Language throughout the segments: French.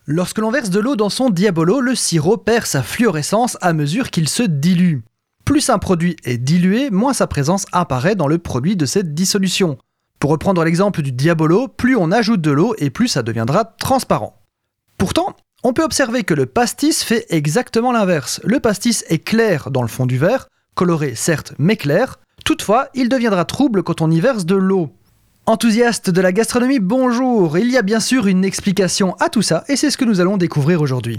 Lorsque l'on verse de l'eau dans son Diabolo, le sirop perd sa fluorescence à mesure qu'il se dilue. Plus un produit est dilué, moins sa présence apparaît dans le produit de cette dissolution. Pour reprendre l'exemple du Diabolo, plus on ajoute de l'eau et plus ça deviendra transparent. Pourtant, on peut observer que le pastis fait exactement l'inverse. Le pastis est clair dans le fond du verre, coloré certes mais clair. Toutefois, il deviendra trouble quand on y verse de l'eau. Enthousiaste de la gastronomie, bonjour! Il y a bien sûr une explication à tout ça et c'est ce que nous allons découvrir aujourd'hui.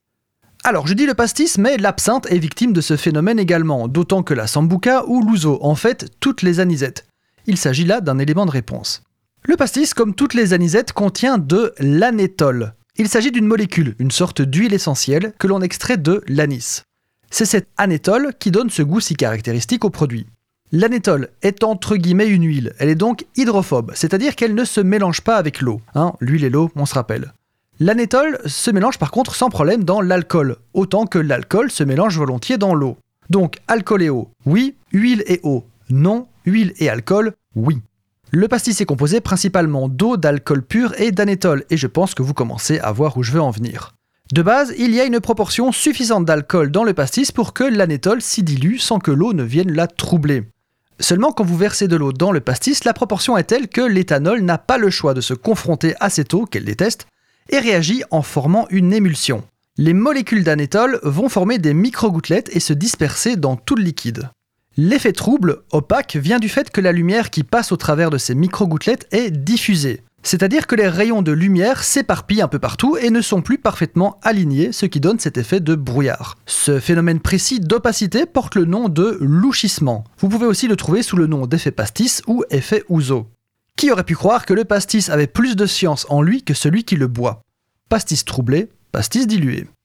Alors, je dis le pastis, mais l'absinthe est victime de ce phénomène également, d'autant que la sambuca ou l'ouzo en fait toutes les anisettes. Il s'agit là d'un élément de réponse. Le pastis, comme toutes les anisettes, contient de l'anétol. Il s'agit d'une molécule, une sorte d'huile essentielle que l'on extrait de l'anis. C'est cet anétol qui donne ce goût si caractéristique au produit. L'anétol est entre guillemets une huile, elle est donc hydrophobe, c'est-à-dire qu'elle ne se mélange pas avec l'eau. L'huile et l'eau, on se rappelle. L'anétol se mélange par contre sans problème dans l'alcool, autant que l'alcool se mélange volontiers dans l'eau. Donc alcool et eau, oui, huile et eau, non, huile et alcool, oui. Le pastis est composé principalement d'eau, d'alcool pur et d'anétol, et je pense que vous commencez à voir où je veux en venir. De base, il y a une proportion suffisante d'alcool dans le pastis pour que l'anétol s'y dilue sans que l'eau ne vienne la troubler. Seulement, quand vous versez de l'eau dans le pastis, la proportion est telle que l'éthanol n'a pas le choix de se confronter à cette eau, qu'elle déteste, et réagit en formant une émulsion. Les molécules d'anétol vont former des micro-gouttelettes et se disperser dans tout le liquide. L'effet trouble, opaque, vient du fait que la lumière qui passe au travers de ces micro-gouttelettes est diffusée. C'est-à-dire que les rayons de lumière s'éparpillent un peu partout et ne sont plus parfaitement alignés, ce qui donne cet effet de brouillard. Ce phénomène précis d'opacité porte le nom de louchissement. Vous pouvez aussi le trouver sous le nom d'effet pastis ou effet ouzo. Qui aurait pu croire que le pastis avait plus de science en lui que celui qui le boit ? Pastis troublé, pastis dilué.